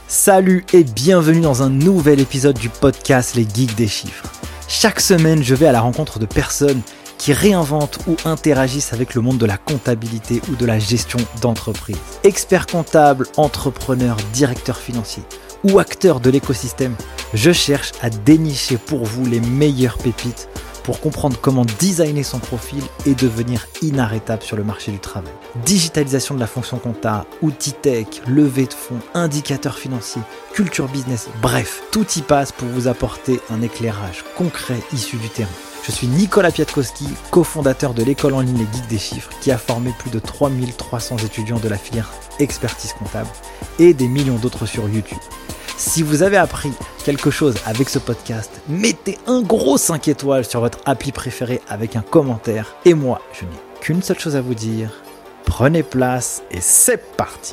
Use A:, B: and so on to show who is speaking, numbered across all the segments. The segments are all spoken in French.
A: Salut et bienvenue dans un nouvel épisode du podcast Les Geeks des Chiffres. Chaque semaine, je vais à la rencontre de personnes qui réinventent ou interagissent avec le monde de la comptabilité ou de la gestion d'entreprise. Experts comptables, entrepreneurs, directeurs financiers ou acteurs de l'écosystème, je cherche à dénicher pour vous les meilleures pépites pour comprendre comment designer son profil et devenir inarrêtable sur le marché du travail. Digitalisation de la fonction compta, outils tech, levée de fonds, indicateurs financiers, culture business, bref, tout y passe pour vous apporter un éclairage concret issu du terrain. Je suis Nicolas Piatkowski, cofondateur de l'école en ligne Les Geeks des Chiffres, qui a formé plus de 3300 étudiants de la filière expertise comptable et des millions d'autres sur YouTube. Si vous avez appris quelque chose avec ce podcast, mettez un gros 5 étoiles sur votre appli préférée avec un commentaire. Et moi, je n'ai qu'une seule chose à vous dire. Prenez place et c'est parti!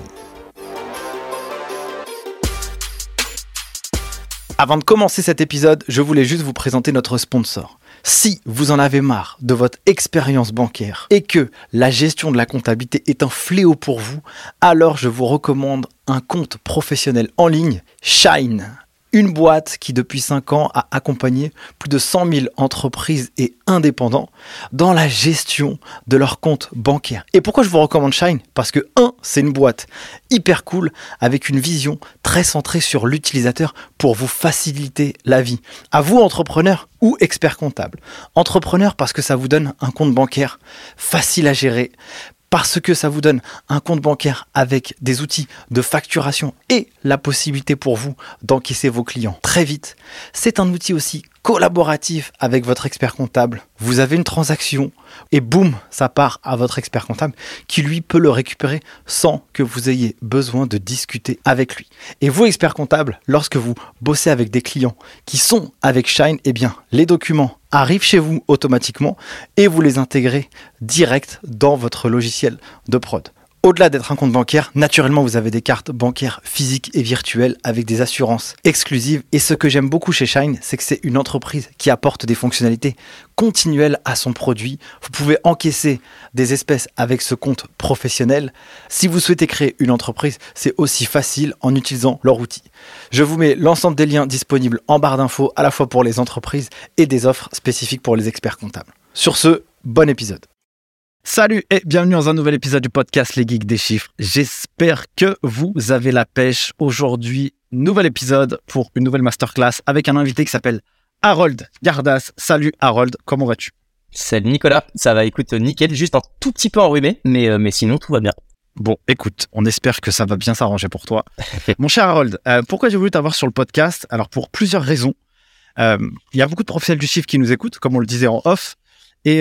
A: Avant de commencer cet épisode, je voulais juste vous présenter notre sponsor. Si vous en avez marre de votre expérience bancaire et que la gestion de la comptabilité est un fléau pour vous, alors je vous recommande un compte professionnel en ligne, Shine. Une boîte qui depuis 5 ans a accompagné plus de 100 000 entreprises et indépendants dans la gestion de leurs comptes bancaires. Et pourquoi je vous recommande Shine ? Parce que c'est une boîte hyper cool avec une vision très centrée sur l'utilisateur pour vous faciliter la vie. À vous, entrepreneurs ou experts comptables. Entrepreneurs parce que ça vous donne un compte bancaire facile à gérer, parce que ça vous donne un compte bancaire avec des outils de facturation et la possibilité pour vous d'encaisser vos clients très vite. C'est un outil aussi collaboratif avec votre expert comptable. Vous avez une transaction et boum, ça part à votre expert comptable qui lui peut le récupérer sans que vous ayez besoin de discuter avec lui. Et vous, experts comptables, lorsque vous bossez avec des clients qui sont avec Shine, eh bien, les documents arrivent chez vous automatiquement et vous les intégrez direct dans votre logiciel de prod. Au-delà d'être un compte bancaire, naturellement, vous avez des cartes bancaires physiques et virtuelles avec des assurances exclusives. Et ce que j'aime beaucoup chez Shine, c'est que c'est une entreprise qui apporte des fonctionnalités continuelles à son produit. Vous pouvez encaisser des espèces avec ce compte professionnel. Si vous souhaitez créer une entreprise, c'est aussi facile en utilisant leur outil. Je vous mets l'ensemble des liens disponibles en barre d'infos, à la fois pour les entreprises et des offres spécifiques pour les experts comptables. Sur ce, bon épisode. Salut et bienvenue dans un nouvel épisode du podcast Les Geeks des Chiffres. J'espère que vous avez la pêche. Aujourd'hui, nouvel épisode pour une nouvelle masterclass avec un invité qui s'appelle Harold Gardas. Salut Harold, comment vas-tu ?
B: Salut Nicolas, ça va, écoute, nickel, juste un tout petit peu enrhumé, mais sinon tout va bien.
A: Bon, écoute, on espère que ça va bien s'arranger pour toi. Mon cher Harold, pourquoi j'ai voulu t'avoir sur le podcast ? Alors pour plusieurs raisons. Il y a beaucoup de professionnels du chiffre qui nous écoutent, comme on le disait en off. Et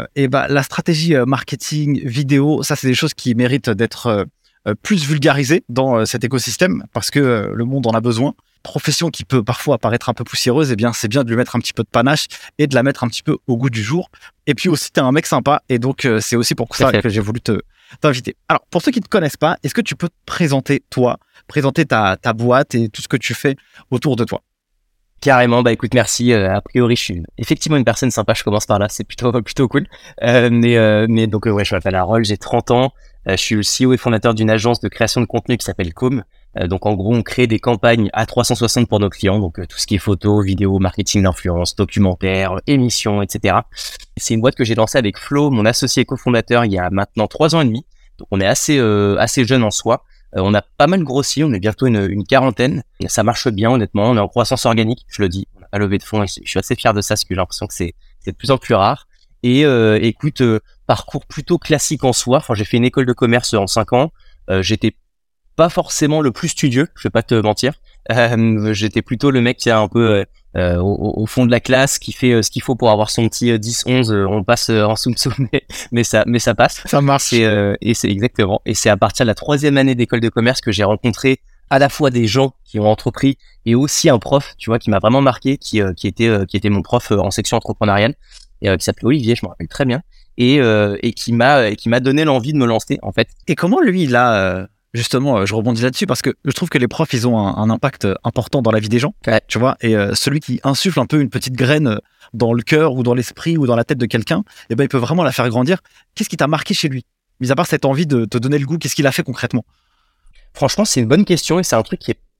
A: la stratégie marketing, vidéo, ça c'est des choses qui méritent d'être plus vulgarisées dans cet écosystème parce que le monde en a besoin. Profession qui peut parfois paraître un peu poussiéreuse, eh bien c'est bien de lui mettre un petit peu de panache et de la mettre un petit peu au goût du jour. Et puis aussi, t'es un mec sympa et donc c'est aussi pour ça que j'ai voulu t'inviter. Alors, pour ceux qui ne te connaissent pas, est-ce que tu peux te présenter toi, présenter ta boîte et tout ce que tu fais autour de toi ?
B: Carrément, bah écoute, merci. A priori, je suis effectivement une personne sympa, je commence par là, c'est plutôt cool. Mais donc, je m'appelle Harold, j'ai 30 ans, je suis le CEO et fondateur d'une agence de création de contenu qui s'appelle Com. Donc, en gros, on crée des campagnes à 360 pour nos clients, donc tout ce qui est photo, vidéo, marketing d'influence, documentaire, émissions, etc. C'est une boîte que j'ai lancée avec Flo, mon associé cofondateur, il y a maintenant 3 ans et demi. Donc, on est assez jeune en soi. On a pas mal grossi, on est bientôt une quarantaine et ça marche bien honnêtement, on est en croissance organique, je le dis, on n'a pas levé de fonds et je suis assez fier de ça parce que j'ai l'impression que c'est de plus en plus rare. Et écoute, parcours plutôt classique en soi, enfin j'ai fait une école de commerce en 5 ans, j'étais pas forcément le plus studieux, je vais pas te mentir, j'étais plutôt le mec qui est un peu au fond de la classe, qui fait ce qu'il faut pour avoir son petit 10-11, on passe en soum-soum, mais ça passe.
A: Ça marche.
B: Et c'est exactement. Et c'est à partir de la 3e année d'école de commerce que j'ai rencontré à la fois des gens qui ont entrepris et aussi un prof, tu vois, qui m'a vraiment marqué, qui était mon prof en section entrepreneuriale, et qui s'appelait Olivier, je me rappelle très bien, et qui m'a donné l'envie de me lancer, en fait.
A: Et comment lui, il a... Justement, je rebondis là-dessus parce que je trouve que les profs, ils ont un impact important dans la vie des gens,
B: ouais.
A: Tu vois, et celui qui insuffle un peu une petite graine dans le cœur ou dans l'esprit ou dans la tête de quelqu'un, eh ben, il peut vraiment la faire grandir. Qu'est-ce qui t'a marqué chez lui ? Mis à part cette envie de te donner le goût, qu'est-ce qu'il a fait concrètement ?
B: Franchement, c'est une bonne question et c'est un truc qui est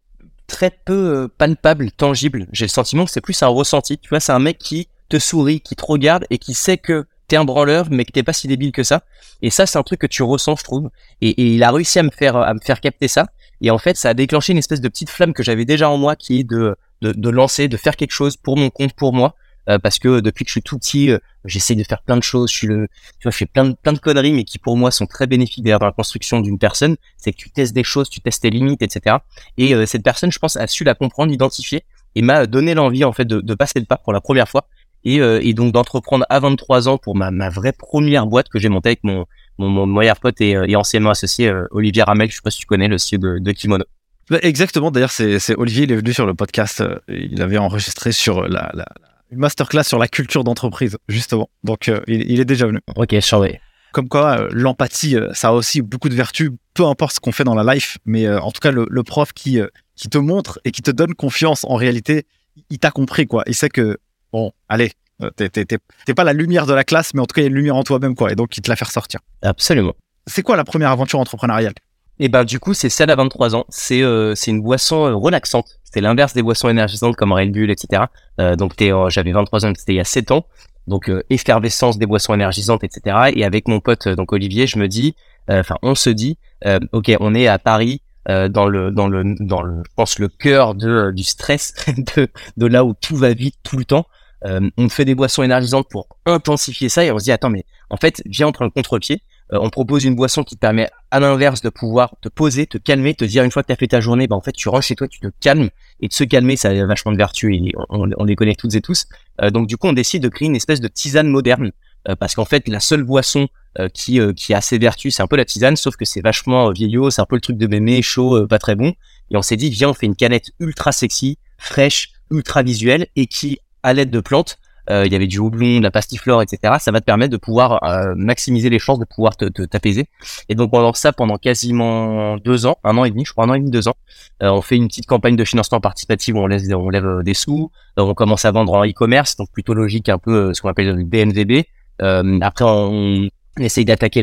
B: très peu palpable, tangible. J'ai le sentiment que c'est plus un ressenti. Tu vois, c'est un mec qui te sourit, qui te regarde et qui sait que t'es un branleur, mais que t'es pas si débile que ça. Et ça, c'est un truc que tu ressens, je trouve. Et il a réussi à me faire capter ça. Et en fait, ça a déclenché une espèce de petite flamme que j'avais déjà en moi, qui est de lancer, de faire quelque chose pour mon compte, pour moi. Parce que depuis que je suis tout petit, j'essaye de faire plein de choses. Je fais plein de conneries, mais qui pour moi sont très bénéfiques d'ailleurs dans la construction d'une personne. C'est que tu testes des choses, tu testes tes limites, etc. Et cette personne, je pense, a su la comprendre, l'identifier, et m'a donné l'envie en fait de passer le pas pour la première fois. Et donc d'entreprendre à 23 ans pour ma vraie première boîte que j'ai montée avec mon meilleur pote et anciennement associé Olivier Ramel. Je sais pas si tu connais, le CEO de Kimono.
A: Exactement. D'ailleurs, c'est Olivier, il est venu sur le podcast. Il avait enregistré sur une masterclass sur la culture d'entreprise, justement. Donc, il est déjà venu.
B: Ok, je suis.
A: Comme quoi, l'empathie, ça a aussi beaucoup de vertus, peu importe ce qu'on fait dans la life. Mais en tout cas, le prof qui te montre et qui te donne confiance, en réalité, il t'a compris, quoi. Il sait que, bon, allez, t'es pas la lumière de la classe, mais en tout cas, il y a une lumière en toi-même, quoi. Et donc, il te la fait ressortir.
B: Absolument.
A: C'est quoi la première aventure entrepreneuriale?
B: Et ben du coup, c'est celle à 23 ans. C'est une boisson relaxante. C'était l'inverse des boissons énergisantes comme Red Bull, etc. Donc j'avais 23 ans, c'était il y a 7 ans. Donc effervescence des boissons énergisantes, etc. Et avec mon pote donc Olivier, on se dit, ok, on est à Paris. Dans le, je pense le cœur du stress, de là où tout va vite tout le temps. On fait des boissons énergisantes pour intensifier ça et on se dit attends mais en fait viens on prend le contre-pied. On propose une boisson qui te permet à l'inverse de pouvoir te poser, te calmer, te dire une fois que tu as fait ta journée, en fait tu rentres chez toi, tu te calmes, et de se calmer ça a vachement de vertus et on les connaît toutes et tous. Donc du coup on décide de créer une espèce de tisane moderne parce qu'en fait la seule boisson qui a ses vertus c'est un peu la tisane, sauf que c'est vachement vieillot, c'est un peu le truc de mémé, chaud, pas très bon, et on s'est dit viens on fait une canette ultra sexy, fraîche, ultra visuelle et qui à l'aide de plantes, il y avait du houblon, de la pastiflore, etc. Ça va te permettre de pouvoir maximiser les chances de pouvoir t'apaiser. Et donc on lance ça pendant quasiment 2 ans, 1 an et demi, je crois 1 an et demi, 2 ans. On fait une petite campagne de financement participatif où on lève des sous. On commence à vendre en e-commerce, donc plutôt logique, un peu ce qu'on appelle le BNVB. Après on essaye d'attaquer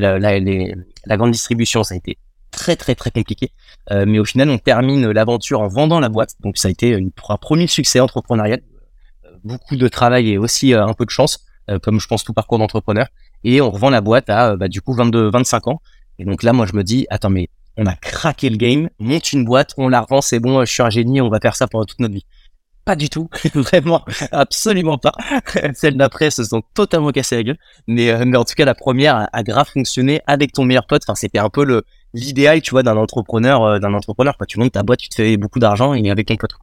B: la grande distribution, ça a été très très très compliqué. Mais au final on termine l'aventure en vendant la boîte. Donc ça a été un premier succès entrepreneurial. Beaucoup de travail et aussi un peu de chance, comme je pense tout parcours d'entrepreneur. Et on revend la boîte à du coup 25 ans. Et donc là, moi, je me dis, attends, mais on a craqué le game, on monte une boîte, on la revend, c'est bon, je suis un génie, on va faire ça pendant toute notre vie. Pas du tout, vraiment, absolument pas. Celles d'après se sont totalement cassées la gueule. Mais en tout cas, la première a grave fonctionné avec ton meilleur pote. Enfin, c'était un peu l'idéal, tu vois, d'un entrepreneur. Quand tu montes ta boîte, tu te fais beaucoup d'argent et avec ton pote.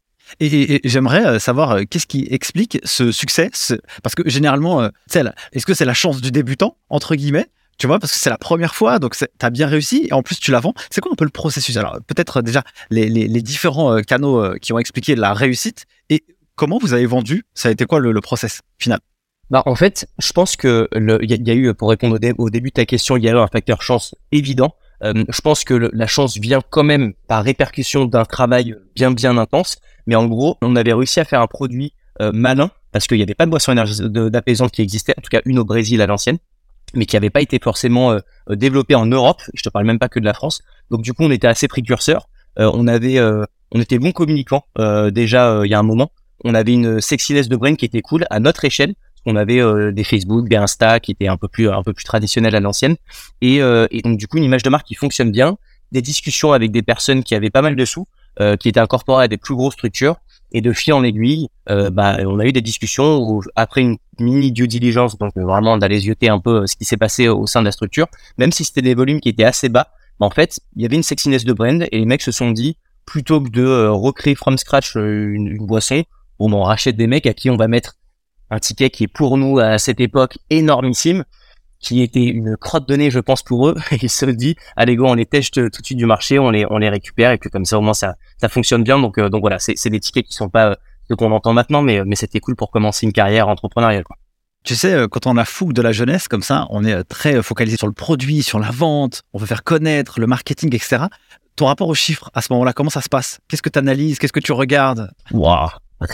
A: Et j'aimerais savoir qu'est-ce qui explique ce succès, parce que généralement, est-ce que c'est la chance du débutant, entre guillemets, tu vois, parce que c'est la première fois, donc t'as bien réussi, et en plus tu la vends. C'est quoi un peu le processus? Alors peut-être déjà les différents canaux qui ont expliqué la réussite, et comment vous avez vendu, ça a été quoi le process final?
B: En fait, je pense que il y a eu, pour répondre au début de ta question, il y a eu un facteur chance évident. Je pense que la chance vient quand même par répercussion d'un travail bien intense. Mais en gros, on avait réussi à faire un produit malin parce qu'il n'y avait pas de boisson d'apaisante qui existait, en tout cas une au Brésil à l'ancienne, mais qui n'avait pas été forcément développée en Europe. Je te parle même pas que de la France. Donc du coup, on était assez précurseurs. On était bons communicants déjà il y a un moment. On avait une sexiness de brain qui était cool à notre échelle. On avait des Facebook, des Insta qui étaient un peu plus traditionnels à l'ancienne. Et donc du coup, une image de marque qui fonctionne bien, des discussions avec des personnes qui avaient pas mal de sous. Qui étaient incorporés à des plus grosses structures, et de fil en aiguille, on a eu des discussions où, après une mini due diligence, donc vraiment d'aller zioter un peu ce qui s'est passé au sein de la structure, même si c'était des volumes qui étaient assez bas, en fait, il y avait une sexiness de brand, et les mecs se sont dit, plutôt que de recréer from scratch une boisson, on rachète des mecs à qui on va mettre un ticket qui est pour nous à cette époque énormissime, qui était une crotte de nez, je pense, pour eux. Et ils se dit, allez go, on les tèche tout de suite du marché, on les récupère, et puis comme ça, au moins, ça fonctionne bien. Donc voilà, c'est des tickets qui sont pas ce qu'on entend maintenant, mais c'était cool pour commencer une carrière entrepreneuriale, quoi.
A: Tu sais, quand on a fougue de la jeunesse comme ça, on est très focalisé sur le produit, sur la vente, on veut faire connaître le marketing, etc. Ton rapport aux chiffres, à ce moment-là, comment ça se passe? Qu'est-ce que tu analyses? Qu'est-ce que tu regardes?
B: Waouh,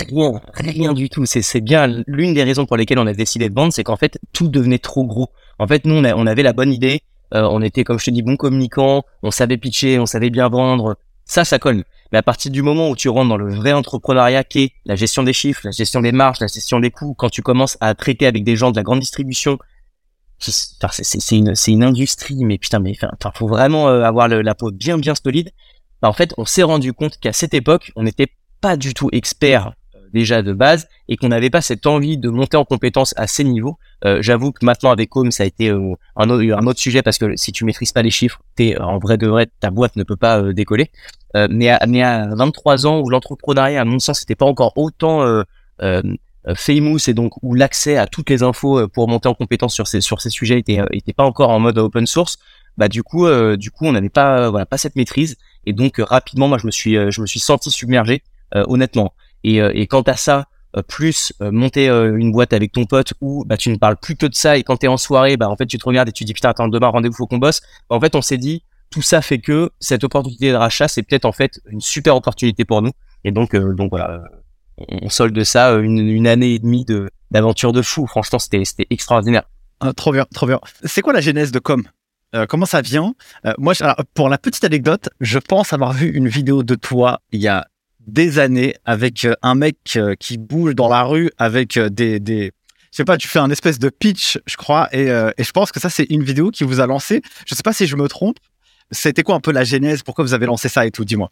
B: rien du tout. C'est bien l'une des raisons pour lesquelles on a décidé de vendre, c'est qu'en fait, tout devenait trop gros. En fait, nous, on avait la bonne idée, on était, comme je te dis, bons communicants, on savait pitcher, on savait bien vendre, ça colle. Mais à partir du moment où tu rentres dans le vrai entrepreneuriat qui est la gestion des chiffres, la gestion des marges, la gestion des coûts, quand tu commences à traiter avec des gens de la grande distribution, c'est une industrie, mais putain, mais enfin, faut vraiment avoir la peau bien solide. Bah, en fait, on s'est rendu compte qu'à cette époque, on n'était pas du tout expert déjà de base et qu'on n'avait pas cette envie de monter en compétence à ces niveaux. J'avoue que maintenant avec Home, ça a été un autre sujet parce que si tu maîtrises pas les chiffres, en vrai de vrai, ta boîte ne peut pas décoller. Mais à 23 ans où l'entrepreneuriat, à mon sens, c'était pas encore autant famous et donc où l'accès à toutes les infos pour monter en compétence sur ces sujets était pas encore en mode open source. Bah du coup on n'avait pas pas cette maîtrise et donc rapidement moi je me suis senti submergé honnêtement et quant à ça plus monter une boîte avec ton pote où bah tu ne parles plus que de ça et quand t'es en soirée bah en fait tu te regardes et tu dis putain attends demain rendez-vous faut qu'on bosse. Bah, en fait on s'est dit tout ça fait que cette opportunité de rachat c'est peut-être en fait une super opportunité pour nous et donc voilà on solde ça une année et demie d'aventure de fou. Franchement c'était extraordinaire.
A: Trop bien, trop bien. C'est quoi la genèse de Com? Comment ça vient? Moi, alors, pour la petite anecdote, je pense avoir vu une vidéo de toi il y a des années avec un mec qui bouge dans la rue avec je sais pas, tu fais un espèce de pitch, je crois, et je pense que ça, c'est une vidéo qui vous a lancé. Je sais pas si je me trompe. C'était quoi un peu la genèse? Pourquoi vous avez lancé ça et tout? Dis-moi.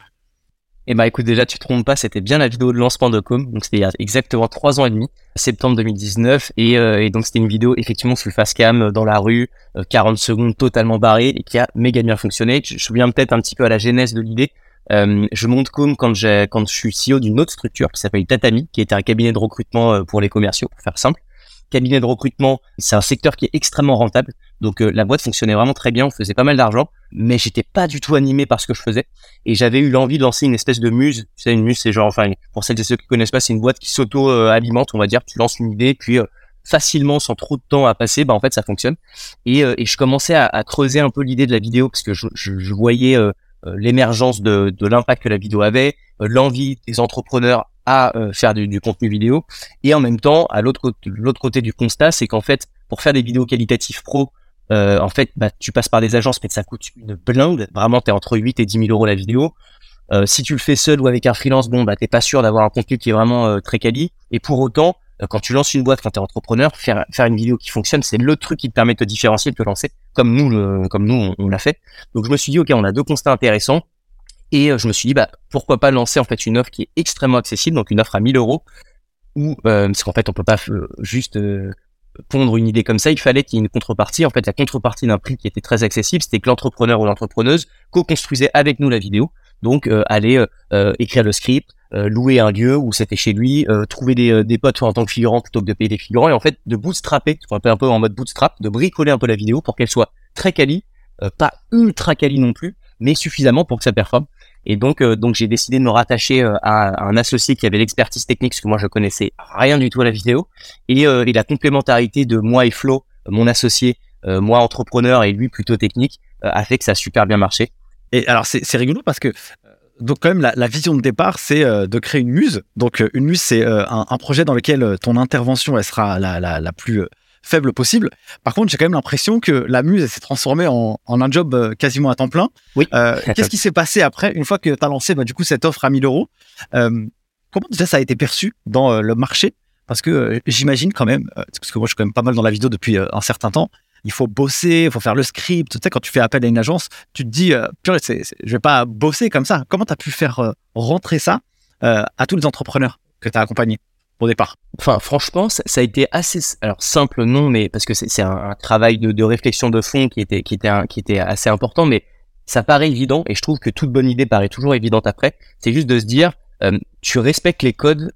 B: Eh ben écoute, déjà tu te trompes pas, c'était bien la vidéo de lancement de Com, donc c'était il y a exactement 3 ans et demi, septembre 2019, et donc c'était une vidéo effectivement sous le facecam dans la rue, 40 secondes totalement barrée et qui a méga bien fonctionné. Je me souviens peut-être un petit peu à la genèse de l'idée. Je monte Com quand je suis CEO d'une autre structure qui s'appelle Tatami, qui était un cabinet de recrutement pour les commerciaux, pour faire simple. Cabinet de recrutement, c'est un secteur qui est extrêmement rentable. Donc la boîte fonctionnait vraiment très bien, on faisait pas mal d'argent, mais j'étais pas du tout animé par ce que je faisais. Et j'avais eu l'envie de lancer une espèce de muse. Tu sais, une muse, c'est genre, enfin, pour celles et ceux qui connaissent pas, c'est une boîte qui s'auto-alimente, on va dire. Tu lances une idée, puis facilement, sans trop de temps à passer, bah en fait ça fonctionne. Et je commençais à creuser un peu l'idée de la vidéo parce que je voyais l'émergence de l'impact que la vidéo avait, l'envie des entrepreneurs à faire du contenu vidéo, et en même temps, à l'autre côté du constat, c'est qu'en fait, pour faire des vidéos qualitatives pro, en fait, bah, tu passes par des agences, mais ça coûte une blinde. Vraiment, t'es entre 8 et 10 000 euros la vidéo. Si tu le fais seul ou avec un freelance, bon, bah, t'es pas sûr d'avoir un contenu qui est vraiment très quali. Et pour autant, quand tu lances une boîte, quand t'es entrepreneur, faire une vidéo qui fonctionne, c'est le truc qui te permet de te différencier, de te lancer, comme nous, on l'a fait. Donc, je me suis dit, ok, on a deux constats intéressants. Et je me suis dit, bah, pourquoi pas lancer en fait une offre qui est extrêmement accessible, donc une offre à 1 000 euros, où parce qu'en fait on peut pas juste pondre une idée comme ça, il fallait qu'il y ait une contrepartie. En fait, la contrepartie d'un prix qui était très accessible, c'était que l'entrepreneur ou l'entrepreneuse co-construisait avec nous la vidéo, donc aller écrire le script, louer un lieu où c'était chez lui, trouver des potes en tant que figurant plutôt que de payer des figurants, et en fait de bootstrapper, ce qu'on appelle un peu en mode bootstrap, de bricoler un peu la vidéo pour qu'elle soit très quali, pas ultra quali non plus, mais suffisamment pour que ça performe. Et donc j'ai décidé de me rattacher à un associé qui avait l'expertise technique, parce que moi je connaissais rien du tout à la vidéo, et la complémentarité de moi et Flo, mon associé, moi entrepreneur et lui plutôt technique, a fait que ça a super bien marché.
A: Et alors c'est rigolo parce que donc quand même la vision de départ c'est de créer une muse. Donc une muse c'est un projet dans lequel ton intervention elle sera la plus faible possible. Par contre, j'ai quand même l'impression que la muse elle s'est transformée en un job quasiment à temps plein.
B: Oui.
A: Qu'est-ce qui s'est passé après, une fois que tu as lancé du coup cette offre à 1 000 euros? Comment déjà ça a été perçu dans le marché? Parce que j'imagine quand même, parce que moi je suis quand même pas mal dans la vidéo depuis un certain temps, il faut bosser, il faut faire le script. Tu sais, quand tu fais appel à une agence, tu te dis, purée, je vais pas bosser comme ça. Comment tu as pu faire rentrer ça à tous les entrepreneurs que tu as accompagnés au départ?
B: Enfin, franchement, ça a été assez, alors simple, non, mais parce que c'est un travail de réflexion de fond qui était assez important, mais ça paraît évident, et je trouve que toute bonne idée paraît toujours évidente après. C'est juste de se dire, tu respectes les codes,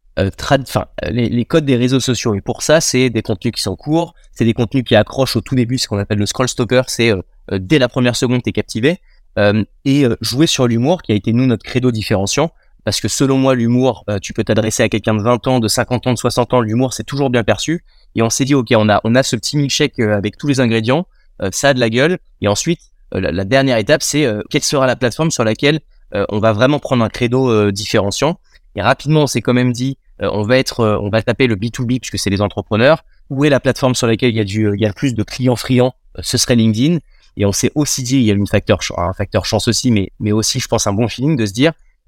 B: les codes des réseaux sociaux, et pour ça, c'est des contenus qui sont courts, c'est des contenus qui accrochent au tout début, ce qu'on appelle le scroll stopper, c'est dès la première seconde, t'es captivé, et jouer sur l'humour, qui a été nous notre credo différenciant. Parce que selon moi, l'humour, tu peux t'adresser à quelqu'un de 20 ans, de 50 ans, de 60 ans, l'humour, c'est toujours bien perçu. Et on s'est dit, ok, on a ce petit milkshake avec tous les ingrédients, ça a de la gueule. Et ensuite, la dernière étape, c'est quelle sera la plateforme sur laquelle on va vraiment prendre un credo différenciant. Et rapidement, on s'est quand même dit, on va taper le B2B, puisque c'est les entrepreneurs. Où est la plateforme sur laquelle il y a plus de clients friands? Ce serait LinkedIn. Et on s'est aussi dit, il y a un facteur chance aussi, mais aussi, je pense, un bon feeling de se dire,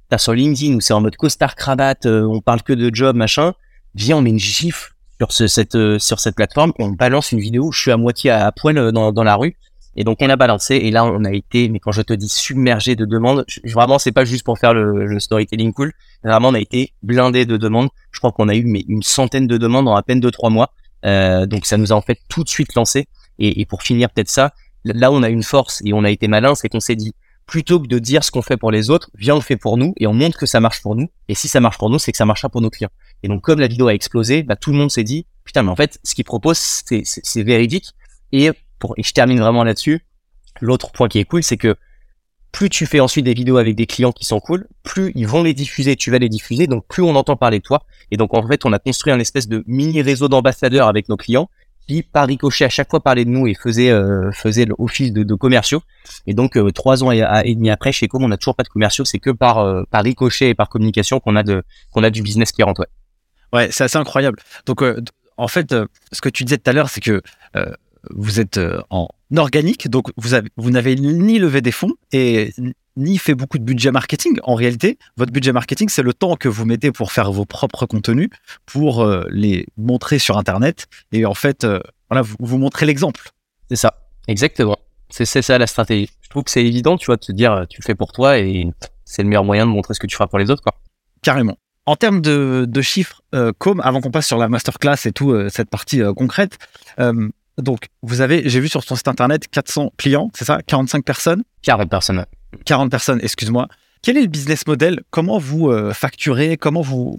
B: t'as sur LinkedIn où c'est en mode costard cravate, on parle que de job, machin. Viens, on met une gifle sur cette plateforme, on balance une vidéo où je suis à moitié à poil dans la rue. Et donc on a balancé et là on a été, mais quand je te dis submergé de demandes, vraiment c'est pas juste pour faire le storytelling cool, vraiment on a été blindé de demandes. Je crois qu'on a eu une centaine de demandes en à peine 2-3 mois. Donc ça nous a en fait tout de suite lancé. Et pour finir peut-être ça, là on a une force et on a été malin, c'est qu'on s'est dit plutôt que de dire ce qu'on fait pour les autres, viens on le fait pour nous et on montre que ça marche pour nous. Et si ça marche pour nous, c'est que ça marchera pour nos clients. Et donc comme la vidéo a explosé, tout le monde s'est dit putain mais en fait ce qu'ils proposent c'est véridique. Et je termine vraiment là-dessus. L'autre point qui est cool, c'est que plus tu fais ensuite des vidéos avec des clients qui sont cool, plus ils vont les diffuser, tu vas les diffuser, donc plus on entend parler de toi. Et donc en fait, on a construit un espèce de mini réseau d'ambassadeurs avec nos clients qui, par ricochet, à chaque fois parlaient de nous et faisaient l'office de commerciaux. Et donc 3 ans et demi après, chez Com, on n'a toujours pas de commerciaux, c'est que par ricochet et par communication qu'on a du business qui rentre.
A: Ouais, c'est assez incroyable. Donc en fait, ce que tu disais tout à l'heure, c'est que vous êtes en organique, donc vous n'avez ni levé des fonds et ni fait beaucoup de budget marketing. En réalité, votre budget marketing, c'est le temps que vous mettez pour faire vos propres contenus, pour les montrer sur Internet. Et en fait, voilà, vous montrez l'exemple.
B: C'est ça, exactement. C'est ça la stratégie. Je trouve que c'est évident, tu vois, de se dire, tu le fais pour toi et c'est le meilleur moyen de montrer ce que tu feras pour les autres, quoi.
A: Carrément. En termes de chiffres, Com, avant qu'on passe sur la masterclass et tout, cette partie concrète, donc, j'ai vu sur ton site internet 400 clients, c'est ça? 45 personnes?
B: 40 personnes. Ouais.
A: 40 personnes, excuse-moi. Quel est le business model? Comment vous facturez? Comment vous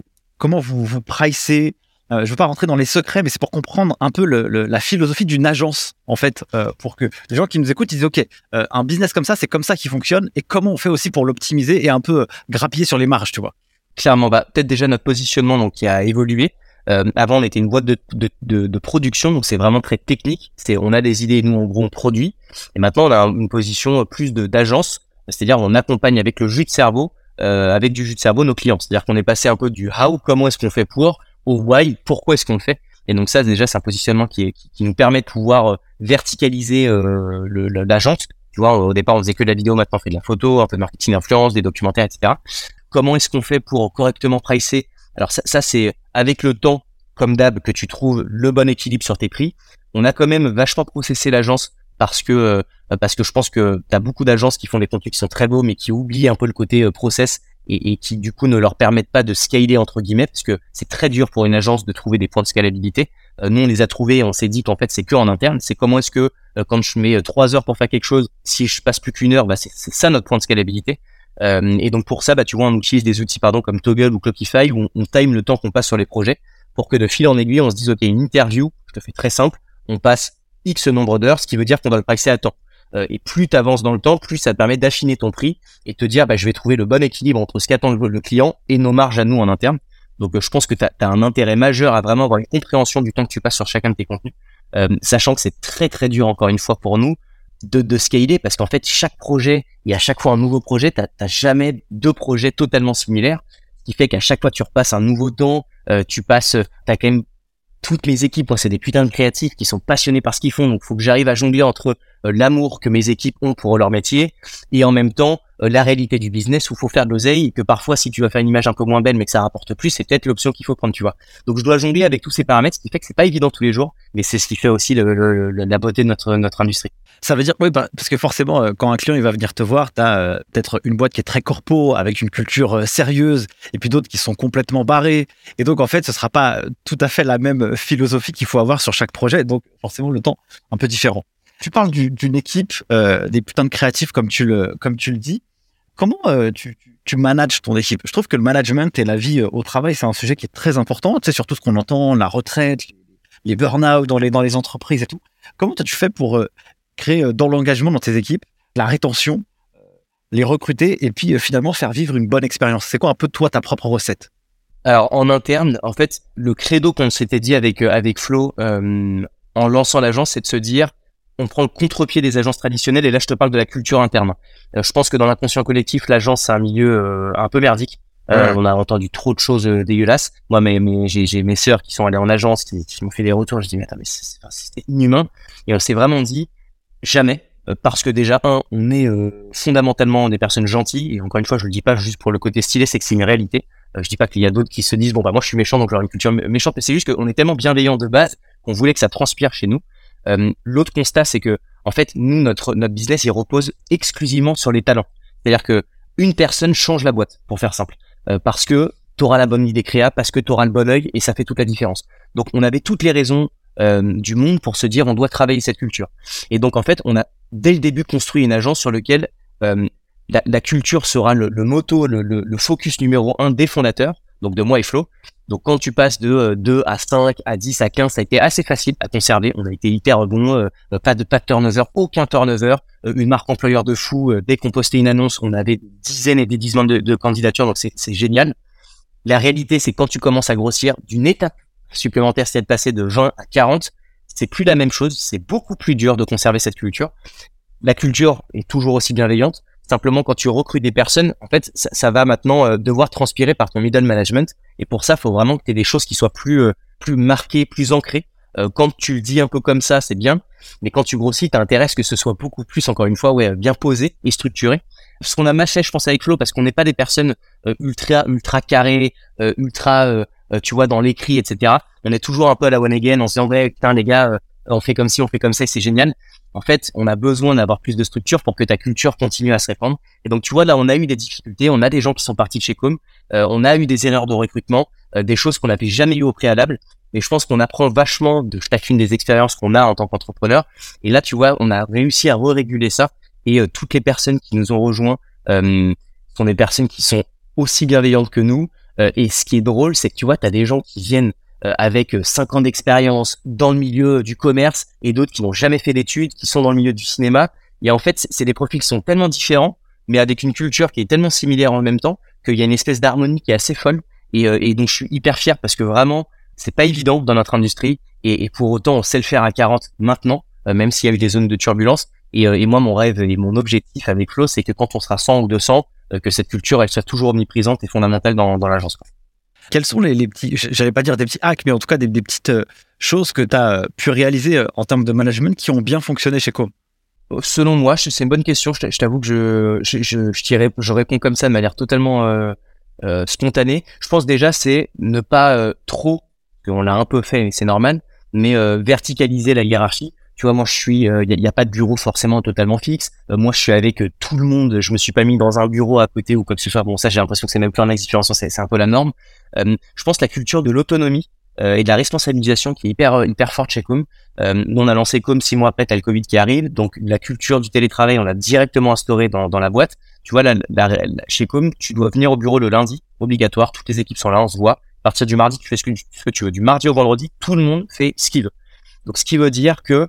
A: pricez? Je ne veux pas rentrer dans les secrets, mais c'est pour comprendre un peu la philosophie d'une agence, en fait, pour que les gens qui nous écoutent, ils disent, OK, un business comme ça, c'est comme ça qu'il fonctionne, et comment on fait aussi pour l'optimiser et un peu grappiller sur les marges, tu vois?
B: Clairement, peut-être déjà notre positionnement donc qui a évolué. Avant, on était une boîte de production, donc c'est vraiment très technique. On a des idées, nous en gros on produit. Et maintenant, on a une position plus d'agence, c'est-à-dire on accompagne avec le jus de cerveau, nos clients. C'est-à-dire qu'on est passé un peu du how, comment est-ce qu'on fait pour, au why, pourquoi est-ce qu'on le fait. Et donc ça, déjà, c'est un positionnement qui nous permet de pouvoir verticaliser l'agence. Tu vois, au départ, on faisait que de la vidéo, maintenant on fait de la photo, un peu de marketing d'influence, des documentaires, etc. Comment est-ce qu'on fait pour correctement pricer? Alors ça c'est avec le temps, comme d'hab, que tu trouves le bon équilibre sur tes prix. On a quand même vachement processé l'agence parce que je pense que tu as beaucoup d'agences qui font des contenus qui sont très beaux mais qui oublient un peu le côté process et qui du coup ne leur permettent pas de scaler entre guillemets parce que c'est très dur pour une agence de trouver des points de scalabilité. Nous on les a trouvés et on s'est dit qu'en fait c'est que en interne. C'est comment est-ce que quand je mets 3 heures pour faire quelque chose, si je passe plus qu'une heure, c'est ça notre point de scalabilité. Et donc pour ça, tu vois, on utilise des outils comme Toggle ou Clockify où on time le temps qu'on passe sur les projets pour que de fil en aiguille, on se dise ok, une interview, je te fais très simple, on passe X nombre d'heures, ce qui veut dire qu'on va le pricer à temps. Et plus tu avances dans le temps, plus ça te permet d'affiner ton prix et te dire je vais trouver le bon équilibre entre ce qu'attend le client et nos marges à nous en interne. Donc je pense que tu as un intérêt majeur à vraiment avoir une compréhension du temps que tu passes sur chacun de tes contenus, sachant que c'est très très dur encore une fois pour nous de scaler parce qu'en fait chaque projet et à chaque fois un nouveau projet, t'as jamais 2 projets totalement similaires, ce qui fait qu'à chaque fois tu repasses un nouveau temps, t'as quand même toutes mes équipes, moi c'est des putains de créatifs qui sont passionnés par ce qu'ils font, donc faut que j'arrive à jongler entre l'amour que mes équipes ont pour leur métier et en même temps la réalité du business où faut faire de l'oseille et que parfois si tu vas faire une image un peu moins belle mais que ça rapporte plus, c'est peut-être l'option qu'il faut prendre, tu vois. Donc je dois jongler avec tous ces paramètres, ce qui fait que c'est pas évident tous les jours, mais c'est ce qui fait aussi la beauté de notre industrie.
A: Ça veut dire, oui, parce que forcément, quand un client il va venir te voir, tu as peut-être une boîte qui est très corpo, avec une culture sérieuse, et puis d'autres qui sont complètement barrés. Et donc, en fait, ce sera pas tout à fait la même philosophie qu'il faut avoir sur chaque projet. Donc, forcément, le temps un peu différent. Tu parles d'une équipe, des putains de créatifs, comme tu le dis. Comment tu manages ton équipe? Je trouve que le management et la vie au travail, c'est un sujet qui est très important. Tu sais, surtout ce qu'on entend, la retraite, les burn-out dans les entreprises et tout. Comment tu fais pour créer dans l'engagement dans tes équipes, la rétention, les recruter et puis finalement faire vivre une bonne expérience? C'est quoi un peu toi ta propre recette?
B: Alors en interne, en fait, le credo qu'on s'était dit avec Flo en lançant l'agence, c'est de se dire on prend le contre-pied des agences traditionnelles et là je te parle de la culture interne. Je pense que dans l'inconscient collectif, l'agence c'est un milieu un peu merdique. On a entendu trop de choses dégueulasses. Moi, j'ai mes sœurs qui sont allées en agence, qui m'ont fait des retours. Je dis mais attends, mais c'est inhumain. Et on s'est vraiment dit jamais parce que déjà, on est fondamentalement des personnes gentilles, et encore une fois, je le dis pas juste pour le côté stylé, c'est que c'est une réalité. Je dis pas qu'il y a d'autres qui se disent, bon, bah, moi, je suis méchant, donc j'aurai une culture méchante, mais c'est juste qu'on est tellement bienveillant de base qu'on voulait que ça transpire chez nous. L'autre constat, c'est que, en fait, nous, notre business, il repose exclusivement sur les talents. C'est-à-dire que une personne change la boîte, pour faire simple, parce que t'auras la bonne idée créa, parce que t'auras le bon œil, et ça fait toute la différence. Donc, on avait toutes les raisons du monde pour se dire, on doit travailler cette culture. Et donc, en fait, on a dès le début construit une agence sur laquelle la culture sera le motto, le focus numéro 1 des fondateurs, donc de moi et Flo. Donc quand tu passes de 2 à 5, à 10, à 15, ça a été assez facile à conserver. On a été hyper bon, pas de turnover, aucun turnover, une marque employeur de fou. Dès qu'on postait une annonce, on avait des dizaines et des dizaines de candidatures, donc c'est génial. La réalité, c'est quand tu commences à grossir, d'une étape supplémentaire, c'est de passer de 20 à 40, c'est plus la même chose, c'est beaucoup plus dur de conserver cette culture. La culture est toujours aussi bienveillante. Simplement, quand tu recrutes des personnes, en fait, ça va maintenant devoir transpirer par ton middle management. Et pour ça, il faut vraiment que tu aies des choses qui soient plus marquées, plus ancrées. Quand tu le dis un peu comme ça, c'est bien. Mais quand tu grossis, tu as intérêt à ce que ce soit beaucoup plus, encore une fois, bien posé et structuré. Ce qu'on a matché, je pense, avec Flo, parce qu'on n'est pas des personnes ultra carrées, tu vois, dans l'écrit, etc. On est toujours un peu à la one again, en se disant, ouais, putain, les gars, on fait comme ci, on fait comme ça, et c'est génial. En fait, on a besoin d'avoir plus de structure pour que ta culture continue à se répandre. Et donc, tu vois, là, on a eu des difficultés, on a des gens qui sont partis de chez Com, on a eu des erreurs de recrutement, des choses qu'on n'avait jamais eues au préalable. Mais je pense qu'on apprend vachement de chacune des expériences qu'on a en tant qu'entrepreneur. Et là, tu vois, on a réussi à réguler ça. Et toutes les personnes qui nous ont rejoints sont des personnes qui sont aussi bienveillantes que nous. Et ce qui est drôle, c'est que tu vois, tu as des gens qui viennent avec 5 ans d'expérience dans le milieu du commerce et d'autres qui n'ont jamais fait d'études, qui sont dans le milieu du cinéma. Et en fait, c'est des profils qui sont tellement différents, mais avec une culture qui est tellement similaire en même temps qu'il y a une espèce d'harmonie qui est assez folle. Et donc, je suis hyper fier parce que vraiment, c'est pas évident dans notre industrie. Et pour autant, on sait le faire à 40 maintenant, même s'il y a eu des zones de turbulence. Et moi, mon rêve et mon objectif avec Flo, c'est que quand on sera 100 ou 200, que cette culture, elle soit toujours omniprésente et fondamentale dans l'agence, quoi.
A: Quels sont les petits, j'allais pas dire des petits hacks, mais en tout cas des petites choses que tu as pu réaliser en termes de management qui ont bien fonctionné chez Com?
B: Selon moi, c'est une bonne question. Je t'avoue que je réponds comme ça de manière totalement spontanée. Je pense déjà, c'est ne pas trop, on l'a un peu fait, c'est normal, mais verticaliser la hiérarchie. Tu vois, moi, il y a pas de bureau forcément totalement fixe. Moi, je suis avec tout le monde. Je me suis pas mis dans un bureau à côté ou quoi que ce soit. Bon, ça, j'ai l'impression que c'est même plus un axe différenciant. C'est un peu la norme. Je pense la culture de l'autonomie et de la responsabilisation qui est hyper forte chez Com. Nous, on a lancé Com 6 mois après, t'as le Covid qui arrive. Donc, la culture du télétravail, on l'a directement instaurée dans la boîte. Tu vois, chez Com, tu dois venir au bureau le lundi, obligatoire. Toutes les équipes sont là, on se voit. À partir du mardi, tu fais ce que tu veux. Du mardi au vendredi, tout le monde fait ce qu'il veut. Donc, ce qui veut dire que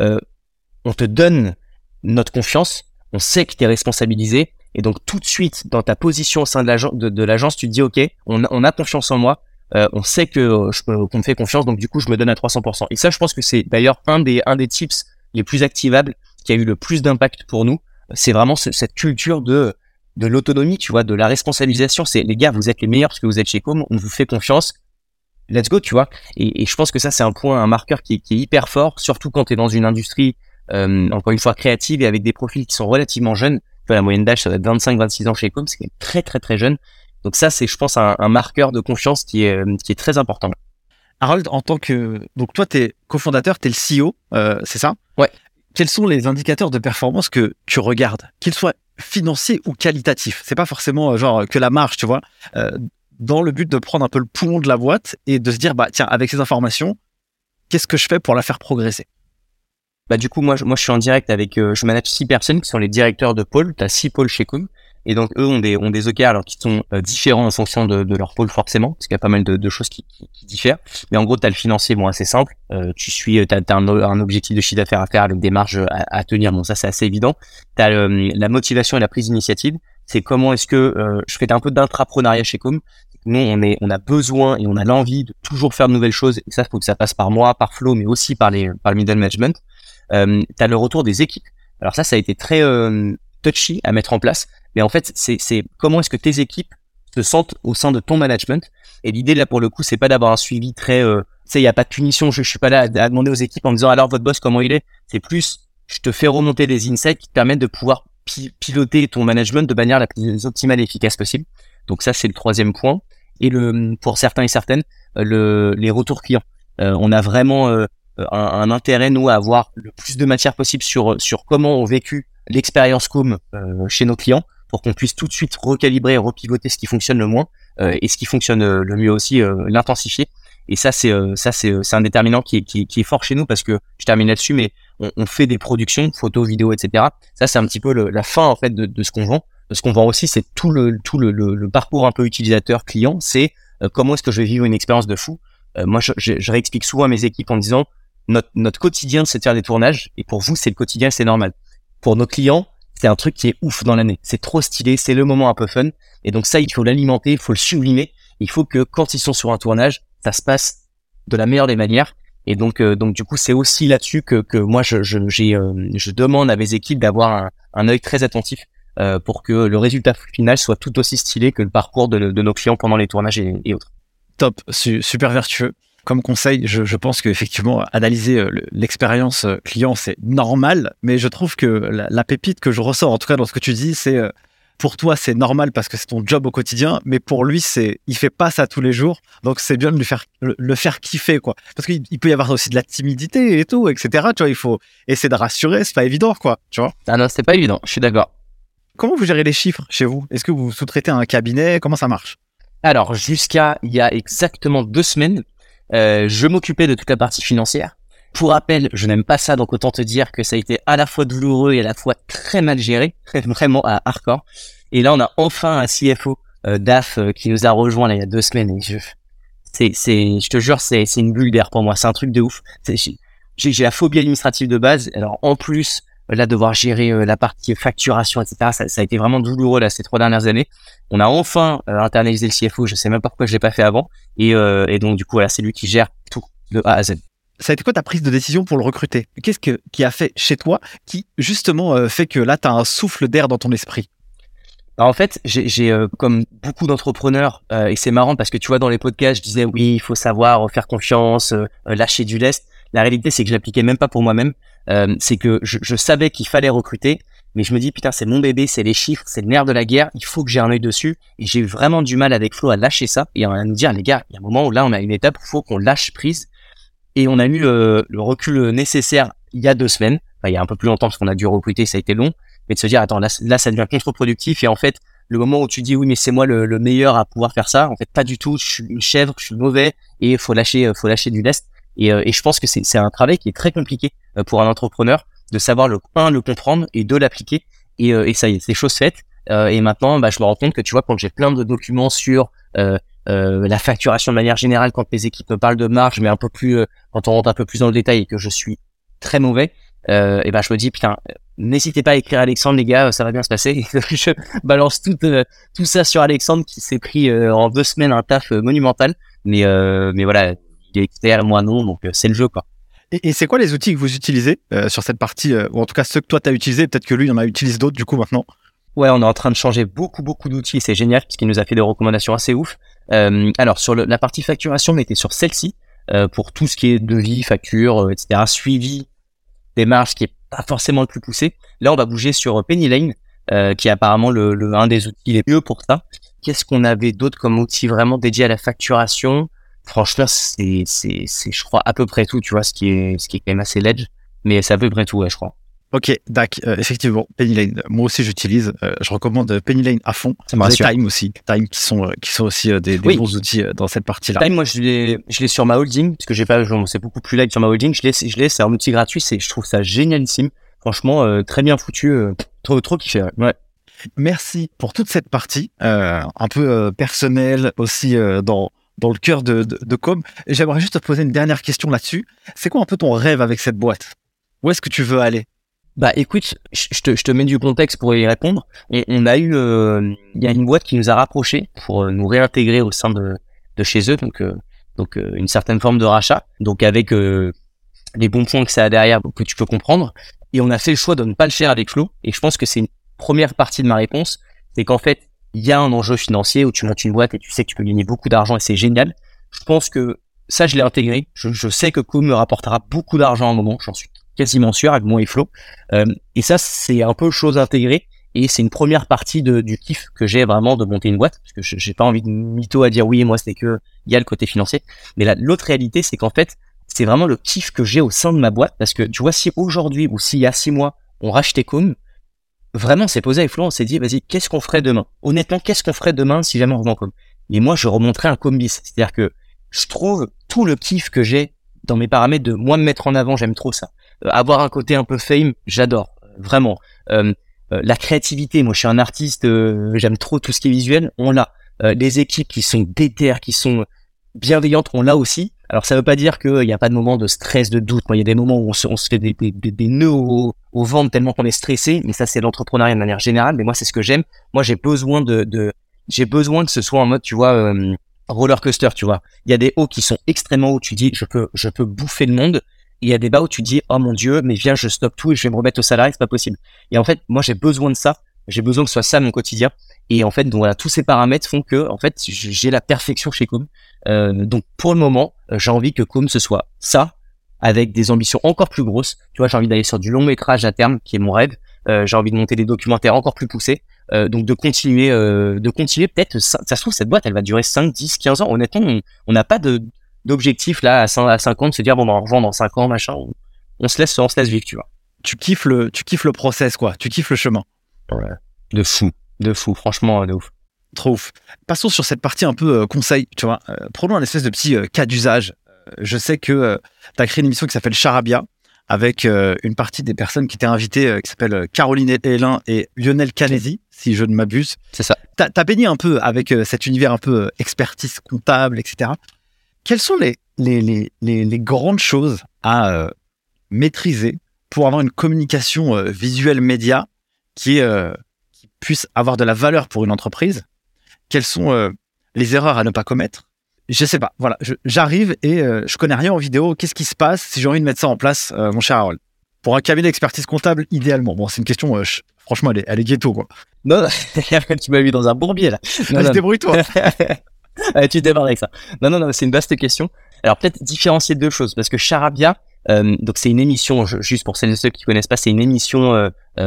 B: on te donne notre confiance, on sait que tu es responsabilisé, et donc tout de suite dans ta position au sein de l'agence, tu te dis ok, on a confiance en moi, on sait qu'on me fait confiance, donc du coup je me donne à 300%. Et ça, je pense que c'est d'ailleurs un des tips les plus activables qui a eu le plus d'impact pour nous. C'est vraiment cette culture de l'autonomie, tu vois, de la responsabilisation. C'est les gars, vous êtes les meilleurs parce que vous êtes chez Com, on vous fait confiance. Let's go, tu vois. Et je pense que ça, c'est un marqueur qui est hyper fort, surtout quand tu es dans une industrie, encore une fois, créative et avec des profils qui sont relativement jeunes. Tu vois, la moyenne d'âge, ça va être 25-26 ans chez Com, c'est quand même très, très, très jeune. Donc ça, c'est, je pense, un marqueur de confiance qui est très important.
A: Harold, donc toi, t'es cofondateur, t'es le CEO, c'est ça?
B: Ouais.
A: Quels sont les indicateurs de performance que tu regardes, qu'ils soient financiers ou qualitatifs? C'est pas forcément genre que la marge, tu vois. Dans le but de prendre un peu le poumon de la boîte et de se dire, bah tiens, avec ces informations, qu'est-ce que je fais pour la faire progresser?
B: Bah du coup, moi je suis en direct avec, je manage 6 personnes qui sont les directeurs de pôle. T'as 6 pôles chez Com, et donc eux ont des OKR alors qui sont différents en fonction de leur pôle forcément, parce qu'il y a pas mal de choses qui diffèrent. Mais en gros, t'as le financier, bon, assez simple. T'as un objectif de chiffre d'affaires à faire avec des marges à tenir. Bon, ça c'est assez évident. T'as la motivation et la prise d'initiative. C'est comment est-ce que je fais un peu d'intrapreneuriat chez Com. Nous, on a besoin et on a l'envie de toujours faire de nouvelles choses. Et ça, faut que ça passe par moi, par Flo, mais aussi par le middle management. T'as le retour des équipes. Alors ça a été très touchy à mettre en place. Mais en fait, c'est comment est-ce que tes équipes se sentent au sein de ton management. Et l'idée là, pour le coup, c'est pas d'avoir un suivi très, tu sais, il y a pas de punition. Je suis pas là à demander aux équipes en disant alors votre boss comment il est. C'est plus je te fais remonter des insights qui te permettent de pouvoir piloter ton management de manière la plus optimale et efficace possible. Donc ça, c'est le troisième point. Et pour certains et certaines, les retours clients. On a vraiment un intérêt, nous, à avoir le plus de matière possible sur comment ont vécu l'expérience Com chez nos clients, pour qu'on puisse tout de suite recalibrer et repivoter ce qui fonctionne le moins et ce qui fonctionne le mieux aussi, l'intensifier. Et ça, c'est un déterminant qui est fort chez nous, parce que je termine là-dessus, mais on fait des productions, photos, vidéos, etc. Ça, c'est un petit peu la fin en fait de ce qu'on vend. Ce qu'on vend aussi, c'est tout le parcours un peu utilisateur client. C'est comment est-ce que je vais vivre une expérience de fou. Moi, je réexplique souvent à mes équipes en disant notre quotidien, c'est de faire des tournages, et pour vous, c'est le quotidien, c'est normal. Pour nos clients, c'est un truc qui est ouf dans l'année. C'est trop stylé, c'est le moment un peu fun. Et donc ça, il faut l'alimenter, il faut le sublimer. Il faut que quand ils sont sur un tournage, ça se passe de la meilleure des manières. Et donc du coup, c'est aussi là-dessus que moi, je demande à mes équipes d'avoir un œil très attentif pour que le résultat final soit tout aussi stylé que le parcours de nos clients pendant les tournages et autres.
A: Top, super vertueux. Comme conseil, je pense qu'effectivement, analyser l'expérience client, c'est normal, mais je trouve que la pépite que je ressens, en tout cas dans ce que tu dis, c'est pour toi, c'est normal parce que c'est ton job au quotidien, mais pour lui, il fait pas ça tous les jours, donc c'est bien de le faire kiffer, quoi. Parce qu'il peut y avoir aussi de la timidité et tout, etc. Tu vois, il faut essayer de rassurer, c'est pas évident, quoi, tu vois.
B: Ah non, c'est pas évident, je suis d'accord.
A: Comment vous gérez les chiffres chez vous? Est-ce que vous sous-traitez un cabinet? Comment ça marche?
B: Alors, jusqu'à il y a exactement 2 semaines, je m'occupais de toute la partie financière. Pour rappel, je n'aime pas ça, donc autant te dire que ça a été à la fois douloureux et à la fois très mal géré, vraiment à hardcore. Et là, on a enfin un CFO DAF qui nous a rejoint là, il y a 2 semaines. Et je te jure, c'est une bulle d'air pour moi. C'est un truc de ouf. J'ai la phobie administrative de base. Alors en plus, là, devoir gérer la partie facturation, etc. Ça a été vraiment douloureux là ces 3 dernières années. On a enfin internalisé le CFO. Je sais même pas pourquoi je l'ai pas fait avant. Et donc du coup, voilà, c'est lui qui gère tout de A à Z.
A: Ça a été quoi ta prise de décision pour le recruter? Qu'est-ce qui a fait chez toi qui, justement, fait que là, tu as un souffle d'air dans ton esprit?
B: Alors, en fait, j'ai comme beaucoup d'entrepreneurs, et c'est marrant parce que tu vois, dans les podcasts, je disais oui, il faut savoir faire confiance, lâcher du lest. La réalité, c'est que je l'appliquais même pas pour moi-même. C'est que je savais qu'il fallait recruter, mais je me dis, putain, c'est mon bébé, c'est les chiffres, c'est le nerf de la guerre, il faut que j'ai un œil dessus. Et j'ai vraiment du mal avec Flo à lâcher ça et à nous dire, les gars, il y a un moment où là, on a une étape où il faut qu'on lâche prise. Et on a eu le recul nécessaire il y a 2 semaines. Enfin, il y a un peu plus longtemps parce qu'on a dû recruter, ça a été long. Mais de se dire, attends, là, ça devient contre-productif. Et en fait, le moment où tu dis, oui, mais c'est moi le meilleur à pouvoir faire ça, en fait, pas du tout. Je suis une chèvre, je suis mauvais et faut lâcher du lest. Et je pense que c'est un travail qui est très compliqué pour un entrepreneur de savoir le comprendre et de l'appliquer. Et ça y est, c'est chose faite. Et maintenant, je me rends compte que tu vois, quand j'ai plein de documents sur la facturation de manière générale, quand les équipes me parlent de marge, mais un peu plus quand on rentre un peu plus dans le détail et que je suis très mauvais, et je me dis putain, n'hésitez pas à écrire Alexandre les gars, ça va bien se passer. Je balance tout ça sur Alexandre qui s'est pris en 2 semaines un taf monumental, mais voilà, il est expert, moi non, donc c'est le jeu quoi.
A: Et c'est quoi les outils que vous utilisez sur cette partie, ou en tout cas ceux que toi tu as utilisés, peut-être que lui il en a utilisé d'autres du coup maintenant?
B: Ouais, on est en train de changer beaucoup d'outils et c'est génial puisqu'il nous a fait des recommandations assez ouf. Alors sur la partie facturation, on était sur celle-ci pour tout ce qui est devis, facture, etc. Suivi des marges qui est pas forcément le plus poussé. Là, on va bouger sur Penny Lane qui est apparemment un des outils les mieux pour ça. Qu'est-ce qu'on avait d'autre comme outil vraiment dédié à la facturation? Franchement, c'est je crois à peu près tout, tu vois, ce qui est quand même assez ledge, mais c'est à peu près tout, ouais, je crois.
A: Ok, d'accord. Effectivement, Penny Lane. Moi aussi, j'utilise. Je recommande Penny Lane à fond.
B: Ça me rassure.
A: Time aussi. Time qui sont aussi des bons outils dans cette partie-là.
B: Time, moi, je l'ai sur ma holding parce que c'est beaucoup plus light sur ma holding. Je l'ai, c'est un outil gratuit. Je trouve ça génialissime. Franchement, très bien foutu. Trop kiffé. Ouais.
A: Merci pour toute cette partie un peu personnelle aussi dans le cœur de Com. J'aimerais juste te poser une dernière question là-dessus. C'est quoi un peu ton rêve avec cette boîte? Où est-ce que tu veux aller?
B: Écoute, je te mets du contexte pour y répondre. On a eu, il y a une boîte qui nous a rapprochés pour nous réintégrer au sein de chez eux, donc une certaine forme de rachat, donc avec les bons points que ça a derrière, que tu peux comprendre. Et on a fait le choix de ne pas le faire avec Flo. Et je pense que c'est une première partie de ma réponse, c'est qu'en fait, il y a un enjeu financier où tu montes une boîte et tu sais que tu peux gagner beaucoup d'argent et c'est génial. Je pense que ça, je l'ai intégré. Je sais que Com me rapportera beaucoup d'argent à un moment, j'en suis quasiment sûr avec moi et Flo. Et ça, c'est un peu chose intégrée. Et c'est une première partie du kiff que j'ai vraiment de monter une boîte, parce que j'ai pas envie de mytho à dire oui, moi c'était que il y a le côté financier. Mais l'autre réalité, c'est qu'en fait, c'est vraiment le kiff que j'ai au sein de ma boîte, parce que tu vois, si aujourd'hui ou s'il y a 6 mois, on rachetait Com, vraiment, on s'est posé avec Flo, on s'est dit, vas-y, qu'est-ce qu'on ferait demain? Honnêtement, qu'est-ce qu'on ferait demain si jamais on revend Com? Et moi, je remonterais un Com bis. C'est-à-dire que je trouve tout le kiff que j'ai dans mes paramètres de moi me mettre en avant, j'aime trop ça. Avoir un côté un peu fame, j'adore, vraiment. La créativité, moi je suis un artiste, j'aime trop tout ce qui est visuel, on l'a. Les équipes qui sont déter, qui sont bienveillantes, on l'a aussi. Alors ça veut pas dire qu'il n'y a pas de moments de stress, de doute. Moi, il y a des moments où on se fait des nœuds au ventre tellement qu'on est stressé, mais ça c'est l'entrepreneuriat de manière générale. Mais moi c'est ce que j'aime. Moi j'ai besoin j'ai besoin que ce soit en mode, tu vois, roller coaster, tu vois. Il y a des hauts qui sont extrêmement hauts, tu dis je peux bouffer le monde. Et il y a des bas où tu dis oh mon Dieu, mais viens, je stoppe tout et je vais me remettre au salarié, c'est pas possible. Et en fait, moi j'ai besoin de ça. J'ai besoin que ce soit ça mon quotidien. Et en fait, donc voilà, tous ces paramètres font que en fait j'ai la perfection chez Com. Donc pour le moment, j'ai envie que Com ce soit ça, avec des ambitions encore plus grosses. Tu vois, j'ai envie d'aller sur du long métrage à terme, qui est mon rêve. J'ai envie de monter des documentaires encore plus poussés. Donc de continuer peut-être, ça se trouve cette boîte elle va durer 5, 10, 15 ans. Honnêtement, on n'a pas d'objectif là à 5 ans de se dire bon ben on revend dans 5 ans machin. On se laisse vivre, tu vois.
A: Tu kiffes le process, quoi. Tu kiffes le chemin.
B: Ouais. De fou, franchement, de ouf.
A: Trop ouf. Passons sur cette partie un peu conseil, tu vois. Prenons un espèce de petit cas d'usage. Je sais que tu as créé une émission qui s'appelle Charabia, avec une partie des personnes qui étaient invitées, qui s'appellent Caroline Hélin et Lionel Canesi, si je ne m'abuse.
B: C'est ça.
A: T'as baigné un peu avec cet univers un peu expertise comptable, etc. Quelles sont les grandes choses à maîtriser pour avoir une communication visuelle média qui puisse avoir de la valeur pour une entreprise? Quelles sont les erreurs à ne pas commettre? Je sais pas. Voilà, j'arrive et je connais rien en vidéo. Qu'est-ce qui se passe si j'ai envie de mettre ça en place, mon cher Harold? Pour un cabinet d'expertise comptable, idéalement. Bon, c'est une question, franchement, elle est ghetto, quoi.
B: Non, tu m'as vu dans un bourbier, là.
A: Non, débrouille-toi.
B: Tu démarres avec ça. Non, c'est une vaste question. Alors, peut-être différencier deux choses, parce que Charabia, donc c'est une émission, juste pour celles et ceux qui connaissent pas, c'est une émission,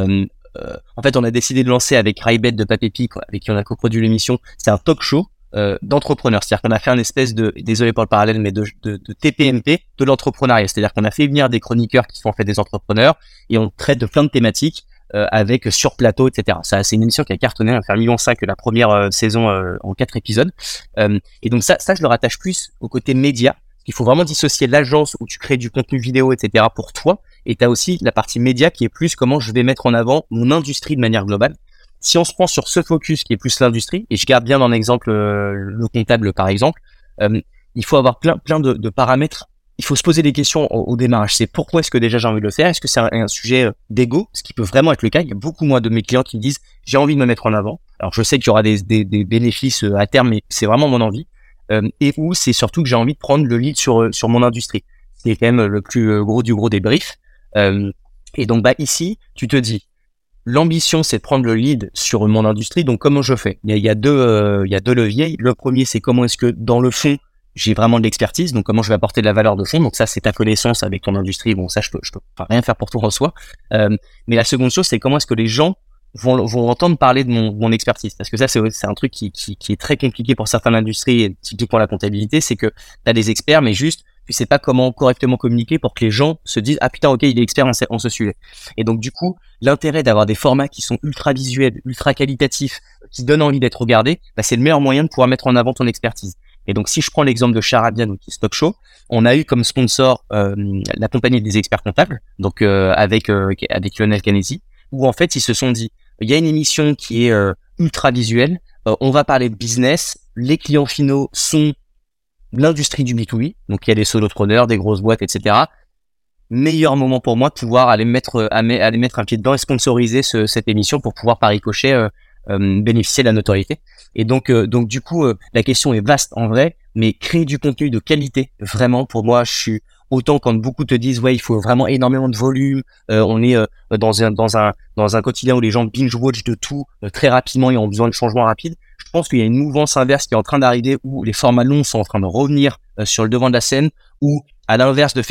B: en fait, on a décidé de lancer avec Raibet de Papépi, avec qui on a coproduit l'émission. C'est un talk show d'entrepreneurs. C'est-à-dire qu'on a fait un espèce de, désolé pour le parallèle, mais de TPMP de l'entrepreneuriat. C'est-à-dire qu'on a fait venir des chroniqueurs qui sont en fait des entrepreneurs et on traite de plein de thématiques avec sur plateau, etc. Ça, c'est une émission qui a cartonné, on a fait 1,5 million la première saison en 4 épisodes. Et donc ça, je le rattache plus au côté média. Il faut vraiment dissocier l'agence où tu crées du contenu vidéo, etc. pour toi. Et tu as aussi la partie média qui est plus comment je vais mettre en avant mon industrie de manière globale. Si on se prend sur ce focus qui est plus l'industrie, et je garde bien dans l'exemple le comptable par exemple, il faut avoir plein de paramètres. Il faut se poser des questions au démarrage. C'est pourquoi est-ce que déjà j'ai envie de le faire? Est-ce que c'est un sujet d'ego? Ce qui peut vraiment être le cas. Il y a beaucoup moins de mes clients qui me disent j'ai envie de me mettre en avant. Alors je sais qu'il y aura des bénéfices à terme, mais c'est vraiment mon envie. Et où c'est surtout que j'ai envie de prendre le lead sur mon industrie. C'est quand même le plus gros du gros des briefs. Et donc ici, tu te dis, l'ambition c'est de prendre le lead sur mon industrie. Donc comment je fais? Il y a deux leviers. Le premier, c'est comment est-ce que dans le fond j'ai vraiment de l'expertise. Donc comment je vais apporter de la valeur de fond. Donc ça, c'est ta connaissance avec ton industrie. Bon, ça je peux rien faire pour toi en soi. Mais la seconde chose, c'est comment est-ce que les gens vont entendre parler de mon expertise, parce que ça c'est un truc qui est très compliqué pour certaines industries et typiquement pour la comptabilité, c'est que t'as des experts mais juste tu sais pas comment correctement communiquer pour que les gens se disent ah putain ok il est expert en ce sujet. Et donc du coup l'intérêt d'avoir des formats qui sont ultra visuels, ultra qualitatifs, qui donnent envie d'être regardés, c'est le meilleur moyen de pouvoir mettre en avant ton expertise. Et donc si je prends l'exemple de Charabia, donc Stock Show, on a eu comme sponsor la compagnie des experts comptables, donc avec Lionel Canesi, où en fait ils se sont dit il y a une émission qui est ultra visuelle, on va parler de business, les clients finaux sont l'industrie du B2B, donc il y a des solopreneurs, des grosses boîtes, etc. Meilleur moment pour moi de pouvoir aller mettre un pied dedans et sponsoriser cette émission pour pouvoir par ricochet bénéficier de la notoriété. Et donc du coup la question est vaste en vrai, mais créer du contenu de qualité, vraiment pour moi je suis autant quand beaucoup te disent ouais il faut vraiment énormément de volume, on est dans un quotidien où les gens binge watch de tout très rapidement et ont besoin de changements rapides. Je pense qu'il y a une mouvance inverse qui est en train d'arriver où les formats longs sont en train de revenir sur le devant de la scène, où à l'inverse de faire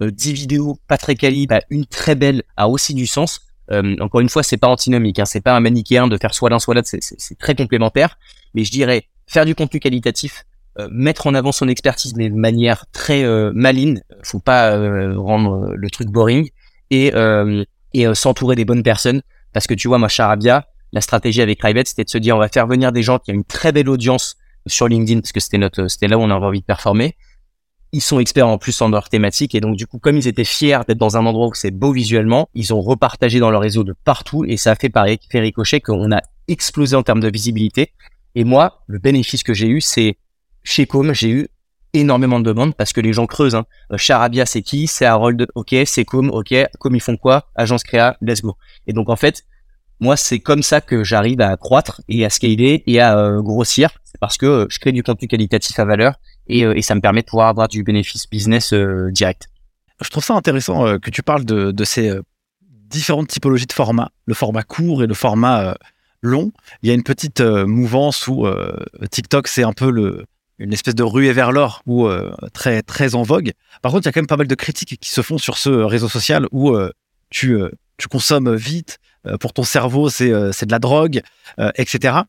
B: 10 vidéos pas très quali, une très belle a aussi du sens. Encore une fois, c'est pas antinomique, hein, c'est pas un manichéen de faire soit l'un soit l'autre, c'est très complémentaire. Mais je dirais faire du contenu qualitatif, mettre en avant son expertise mais de manière très maligne, faut pas rendre le truc boring et s'entourer des bonnes personnes. Parce que tu vois, moi, Charabia, la stratégie avec Private, c'était de se dire on va faire venir des gens qui ont une très belle audience sur LinkedIn parce que c'était là où on avait envie de performer. Ils sont experts en plus en leur thématique et donc du coup, comme ils étaient fiers d'être dans un endroit où c'est beau visuellement, ils ont repartagé dans leur réseau de partout et ça a fait ricochet qu'on a explosé en termes de visibilité. Et moi, le bénéfice que j'ai eu, c'est chez Com, j'ai eu énormément de demandes parce que les gens creusent. Hein. Charabia, c'est qui? C'est Harold. Ok, c'est Com. Ok, Com, ils font quoi? Agence créa, let's go. Et donc en fait, moi, c'est comme ça que j'arrive à croître et à scaler et à grossir. C'est parce que je crée du contenu qualitatif à valeur et ça me permet de pouvoir avoir du bénéfice business direct.
A: Je trouve ça intéressant que tu parles de ces différentes typologies de formats, le format court et le format long. Il y a une petite mouvance où TikTok, c'est un peu une espèce de ruée vers l'or ou très, très en vogue. Par contre, il y a quand même pas mal de critiques qui se font sur ce réseau social où tu consommes vite, pour ton cerveau, c'est de la drogue, etc.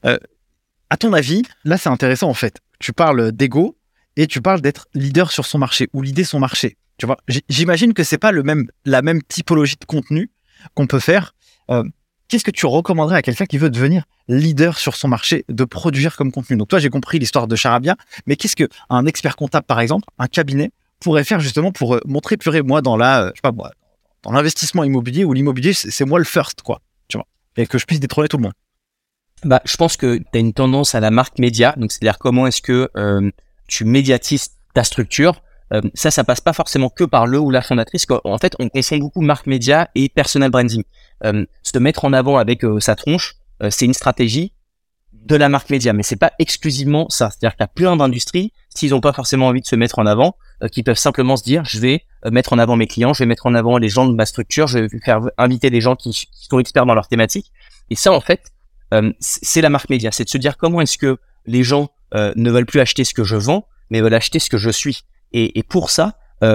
A: À ton avis, là, c'est intéressant en fait. Tu parles d'ego et tu parles d'être leader sur son marché ou leader son marché. Tu vois, j'imagine que c'est pas la même typologie de contenu qu'on peut faire. Qu'est-ce que tu recommanderais à quelqu'un qui veut devenir leader sur son marché de produire comme contenu? Donc toi, j'ai compris l'histoire de Charabia, mais qu'est-ce qu'un expert comptable, par exemple, un cabinet, pourrait faire justement pour montrer, purée, moi, dans dans l'investissement immobilier où l'immobilier, c'est moi le first, quoi, tu vois, et que je puisse détrôner tout le monde.
B: Je pense que tu as une tendance à la marque média, donc c'est-à-dire comment est-ce que tu médiatises ta structure. Ça passe pas forcément que par le ou la fondatrice. En fait, on confond beaucoup marque média et personal branding. Se mettre en avant avec sa tronche, c'est une stratégie de la marque média, mais c'est pas exclusivement ça. C'est-à-dire qu'il y a plein d'industries, s'ils ont pas forcément envie de se mettre en avant, qui peuvent simplement se dire, je vais mettre en avant mes clients, je vais mettre en avant les gens de ma structure, je vais faire inviter des gens qui sont experts dans leur thématique. Et ça, en fait, c'est la marque média. C'est de se dire comment est-ce que les gens ne veulent plus acheter ce que je vends, mais veulent acheter ce que je suis. Et pour ça,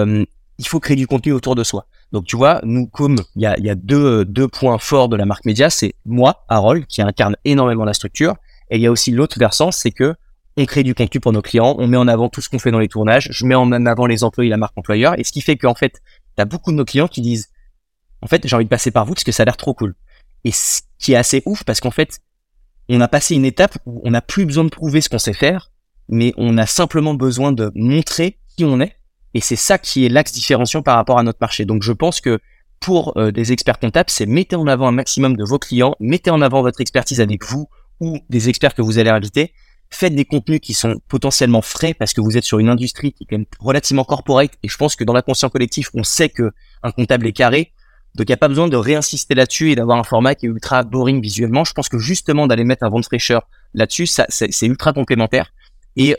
B: il faut créer du contenu autour de soi. Donc tu vois, nous, comme il y a deux points forts de la marque média, c'est moi, Harold, qui incarne énormément la structure, et il y a aussi l'autre versant, c'est que on crée du contenu pour nos clients, on met en avant tout ce qu'on fait dans les tournages, je mets en avant les employés, la marque employeur, et ce qui fait qu'en fait, t'as beaucoup de nos clients qui disent, en fait, j'ai envie de passer par vous parce que ça a l'air trop cool. Et ce qui est assez ouf, parce qu'en fait, on a passé une étape où on n'a plus besoin de prouver ce qu'on sait faire, mais on a simplement besoin de montrer qui on est. Et c'est ça qui est l'axe différenciant par rapport à notre marché. Donc je pense que pour des experts comptables, c'est mettez en avant un maximum de vos clients, mettez en avant votre expertise avec vous ou des experts que vous allez inviter. Faites des contenus qui sont potentiellement frais parce que vous êtes sur une industrie qui est quand même relativement corporate. Et je pense que dans l'inconscient collectif, on sait que un comptable est carré. Donc il n'y a pas besoin de réinsister là-dessus et d'avoir un format qui est ultra boring visuellement. Je pense que justement d'aller mettre un vent de fraîcheur là-dessus, ça c'est ultra complémentaire et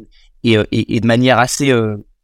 B: de manière assez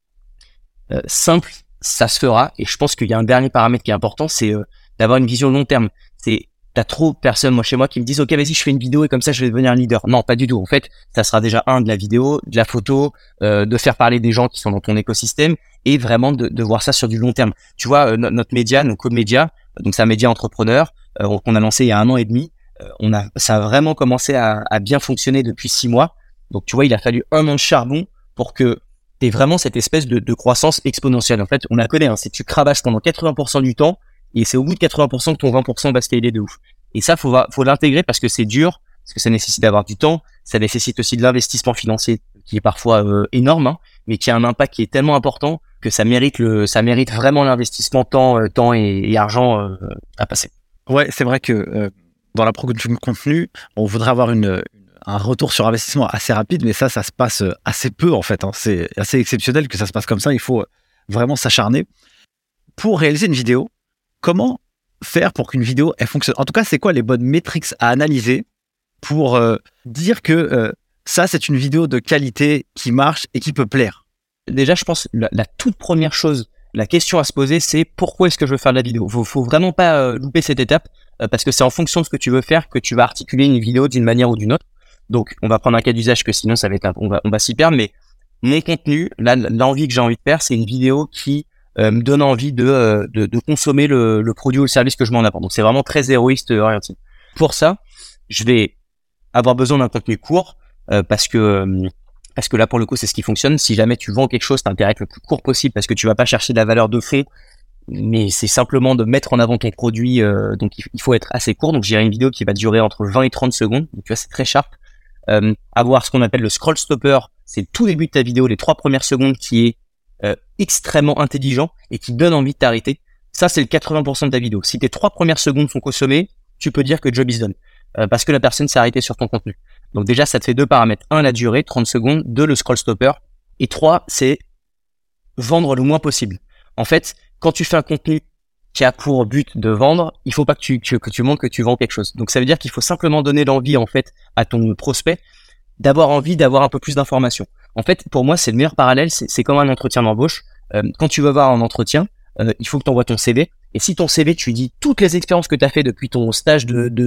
B: simple, ça se fera. Et je pense qu'il y a un dernier paramètre qui est important, c'est d'avoir une vision long terme. T'as trop de personnes, moi chez moi, qui me disent ok, vas-y, je fais une vidéo et comme ça je vais devenir un leader. Non, pas du tout. En fait, ça sera déjà de la vidéo, de la photo, de faire parler des gens qui sont dans ton écosystème et vraiment de voir ça sur du long terme. Tu vois, notre média, nos co-médias, donc c'est un média entrepreneur qu'on a lancé il y a 1 an et demi. Ça a vraiment commencé à bien fonctionner depuis 6 mois. Donc tu vois, il a fallu 1 an de charbon pour que t'aies vraiment cette espèce de croissance exponentielle. En fait, on la connaît, hein, c'est que tu cravaches pendant 80% du temps et c'est au bout de 80% que ton 20% va scaler de ouf. Et ça, faut l'intégrer parce que c'est dur, parce que ça nécessite d'avoir du temps, ça nécessite aussi de l'investissement financier qui est parfois énorme, hein, mais qui a un impact qui est tellement important que ça mérite vraiment l'investissement temps et argent à passer.
A: Ouais, c'est vrai que dans la production de contenu, on voudrait avoir un retour sur investissement assez rapide, mais ça se passe assez peu en fait. Hein. C'est assez exceptionnel que ça se passe comme ça. Il faut vraiment s'acharner. Pour réaliser une vidéo, comment faire pour qu'une vidéo elle fonctionne? En tout cas, c'est quoi les bonnes métriques à analyser pour dire que ça, c'est une vidéo de qualité qui marche et qui peut plaire?
B: Déjà, je pense la toute première chose, la question à se poser, c'est pourquoi est-ce que je veux faire de la vidéo? Faut vraiment pas louper cette étape parce que c'est en fonction de ce que tu veux faire que tu vas articuler une vidéo d'une manière ou d'une autre. Donc, on va prendre un cas d'usage que sinon ça va être on va s'y perdre. Mais mes contenus, là, l'envie que j'ai envie de faire, c'est une vidéo qui me donne envie de consommer le produit ou le service que je mets en avant. Donc c'est vraiment très héroïste orienté. Pour ça, je vais avoir besoin d'un contenu court parce que là pour le coup c'est ce qui fonctionne. Si jamais tu vends quelque chose, t'as intérêt à être le plus court possible parce que tu vas pas chercher de la valeur de fait, mais c'est simplement de mettre en avant ton produit. Donc il faut être assez court. Donc j'ai une vidéo qui va durer entre 20 et 30 secondes. Donc tu vois, c'est très sharp. Avoir ce qu'on appelle le scroll stopper, c'est le tout début de ta vidéo, les 3 premières secondes, qui est extrêmement intelligent et qui donne envie de t'arrêter. Ça, c'est le 80% de ta vidéo. Si tes 3 premières secondes sont consommées, tu peux dire que job is done. Parce que la personne s'est arrêtée sur ton contenu. Donc déjà, ça te fait 2 paramètres. 1, la durée, 30 secondes. 2, le scroll stopper. Et 3, c'est vendre le moins possible. En fait, quand tu fais un contenu qui a pour but de vendre, il faut pas que tu montres que tu vends quelque chose. Donc ça veut dire qu'il faut simplement donner l'envie en fait à ton prospect d'avoir envie d'avoir un peu plus d'informations. En fait, pour moi, c'est le meilleur parallèle, c'est comme un entretien d'embauche. Quand tu vas voir un entretien, il faut que tu envoies ton CV. Et si ton CV, tu dis toutes les expériences que tu as fait depuis ton stage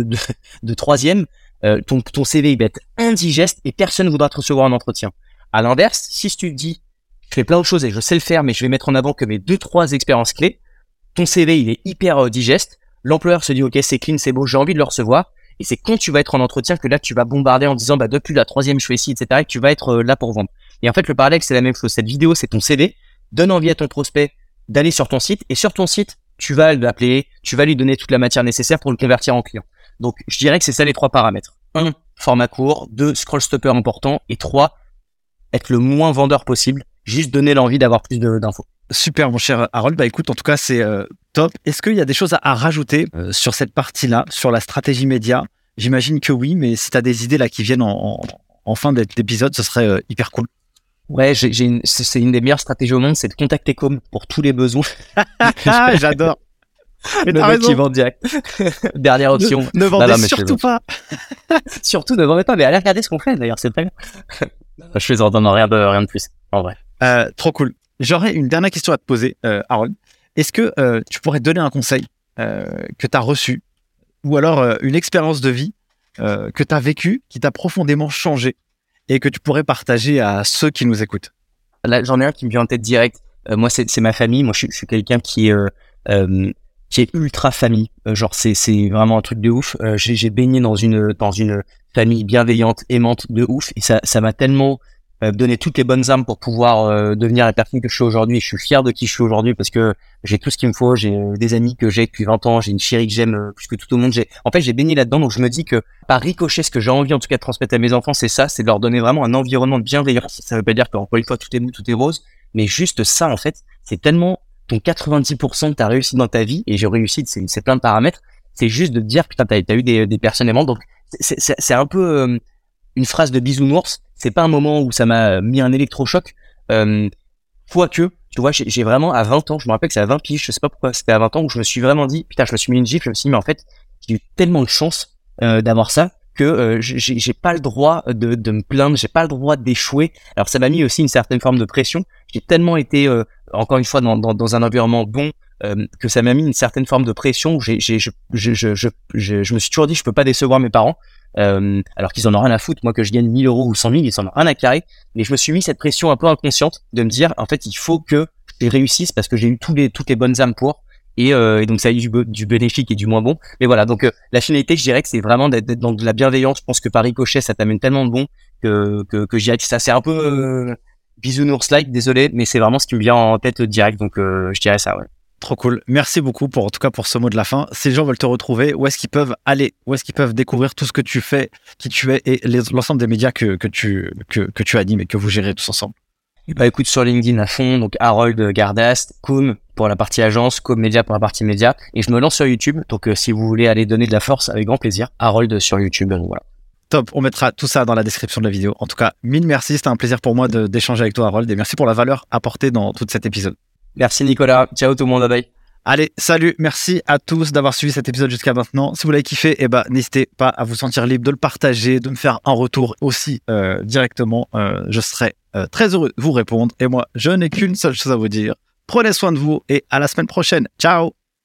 B: de troisième, ton CV il va être indigeste et personne ne voudra te recevoir en entretien. À l'inverse, si tu te dis je fais plein de choses et je sais le faire, mais je vais mettre en avant que mes 2-3 expériences clés, ton CV, il est hyper digeste. L'employeur se dit, OK, c'est clean, c'est beau, j'ai envie de le recevoir. Et c'est quand tu vas être en entretien que là, tu vas bombarder en disant, depuis la 3e, je fais ci, etc. Et que tu vas être là pour vendre. Et en fait, le parallèle, c'est la même chose. Cette vidéo, c'est ton CV. Donne envie à ton prospect d'aller sur ton site. Et sur ton site, tu vas l'appeler, tu vas lui donner toute la matière nécessaire pour le convertir en client. Donc, je dirais que c'est ça les 3 paramètres. 1, format court. 2, scroll stopper important. Et 3, être le moins vendeur possible. Juste donner l'envie d'avoir plus d'infos.
A: Super, mon cher Harold. Écoute, en tout cas, c'est top. Est-ce qu'il y a des choses à rajouter sur cette partie-là, sur la stratégie média? J'imagine que oui, mais si tu as des idées là qui viennent en fin d'épisode, ce serait hyper cool.
B: Ouais, c'est une des meilleures stratégies au monde, c'est de contacter Com pour tous les besoins.
A: J'adore.
B: Mais le mec qui vend direct. Dernière option.
A: Ne vendez surtout pas.
B: Surtout ne vendez pas, mais allez regarder ce qu'on fait d'ailleurs, c'est très bien. Je fais rien de plus, en vrai.
A: Trop cool. J'aurais une dernière question à te poser, Harold. Est-ce que tu pourrais te donner un conseil que tu as reçu ou alors une expérience de vie que tu as vécue, qui t'a profondément changé et que tu pourrais partager à ceux qui nous écoutent?
B: Là, j'en ai un qui me vient en tête direct. Moi, c'est ma famille. Moi, je suis quelqu'un qui est ultra famille. Genre, c'est vraiment un truc de ouf. J'ai baigné dans une famille bienveillante, aimante de ouf. Et ça m'a tellement donné toutes les bonnes armes pour pouvoir devenir la personne que je suis aujourd'hui. Je suis fier de qui je suis aujourd'hui parce que j'ai tout ce qu'il me faut. J'ai des amis que j'ai depuis 20 ans. J'ai une chérie que j'aime plus que tout au monde. En fait, j'ai baigné là-dedans. Donc, je me dis que par ricochet, ce que j'ai envie en tout cas de transmettre à mes enfants, c'est ça. C'est de leur donner vraiment un environnement de bienveillance. Ça veut pas dire qu'encore une fois, tout est mou, tout est rose. Mais juste ça, en fait, c'est tellement ton 90% de ta réussite dans ta vie. Et j'ai réussi, c'est plein de paramètres. C'est juste de te dire, putain, t'as eu des personnes aimantes. Donc, c'est un peu une phrase de bisounours. C'est pas un moment où ça m'a mis un électrochoc. Quoique, tu vois, j'ai vraiment à 20 ans, je me rappelle que c'est à 20 piges, je sais pas pourquoi c'était à 20 ans, où je me suis vraiment dit, putain, je me suis mis une gifle, je me suis dit, mais en fait, j'ai eu tellement de chance d'avoir ça que j'ai pas le droit de me plaindre, j'ai pas le droit d'échouer. Alors ça m'a mis aussi une certaine forme de pression. J'ai tellement été, encore une fois, dans un environnement bon, que ça m'a mis une certaine forme de pression. Je me suis toujours dit, je peux pas décevoir mes parents. Alors qu'ils en ont rien à foutre, moi que je gagne 1000 euros ou 100 000, ils en ont rien à carrer, mais je me suis mis cette pression un peu inconsciente de me dire, en fait, il faut que je réussisse parce que j'ai eu toutes les bonnes âmes pour, et donc ça a eu du bénéfique et du moins bon, mais voilà, donc la finalité, je dirais que c'est vraiment d'être dans de la bienveillance. Je pense que par ricochet, ça t'amène tellement de bon que je dirais que ça, c'est un peu bisounours-like, désolé, mais c'est vraiment ce qui me vient en tête direct, donc je dirais ça, ouais.
A: Trop cool. Merci beaucoup en tout cas pour ce mot de la fin. Si les gens veulent te retrouver, où est-ce qu'ils peuvent aller? Où est-ce qu'ils peuvent découvrir tout ce que tu fais, qui tu es et l'ensemble des médias que tu animes et que vous gérez tous ensemble?
B: Et écoute, sur LinkedIn à fond, donc Harold Gardast, Com pour la partie agence, Com Média pour la partie média, et je me lance sur YouTube. Donc si vous voulez aller donner de la force, avec grand plaisir, Harold sur YouTube. Donc voilà.
A: Top, on mettra tout ça dans la description de la vidéo. En tout cas, mille merci, c'était un plaisir pour moi d'échanger avec toi, Harold, et merci pour la valeur apportée dans tout cet épisode.
B: Merci Nicolas, ciao tout le monde, bye.
A: Allez, salut, merci à tous d'avoir suivi cet épisode jusqu'à maintenant. Si vous l'avez kiffé, n'hésitez pas à vous sentir libre de le partager, de me faire un retour aussi directement. Je serai très heureux de vous répondre. Et moi, je n'ai qu'une seule chose à vous dire. Prenez soin de vous et à la semaine prochaine. Ciao!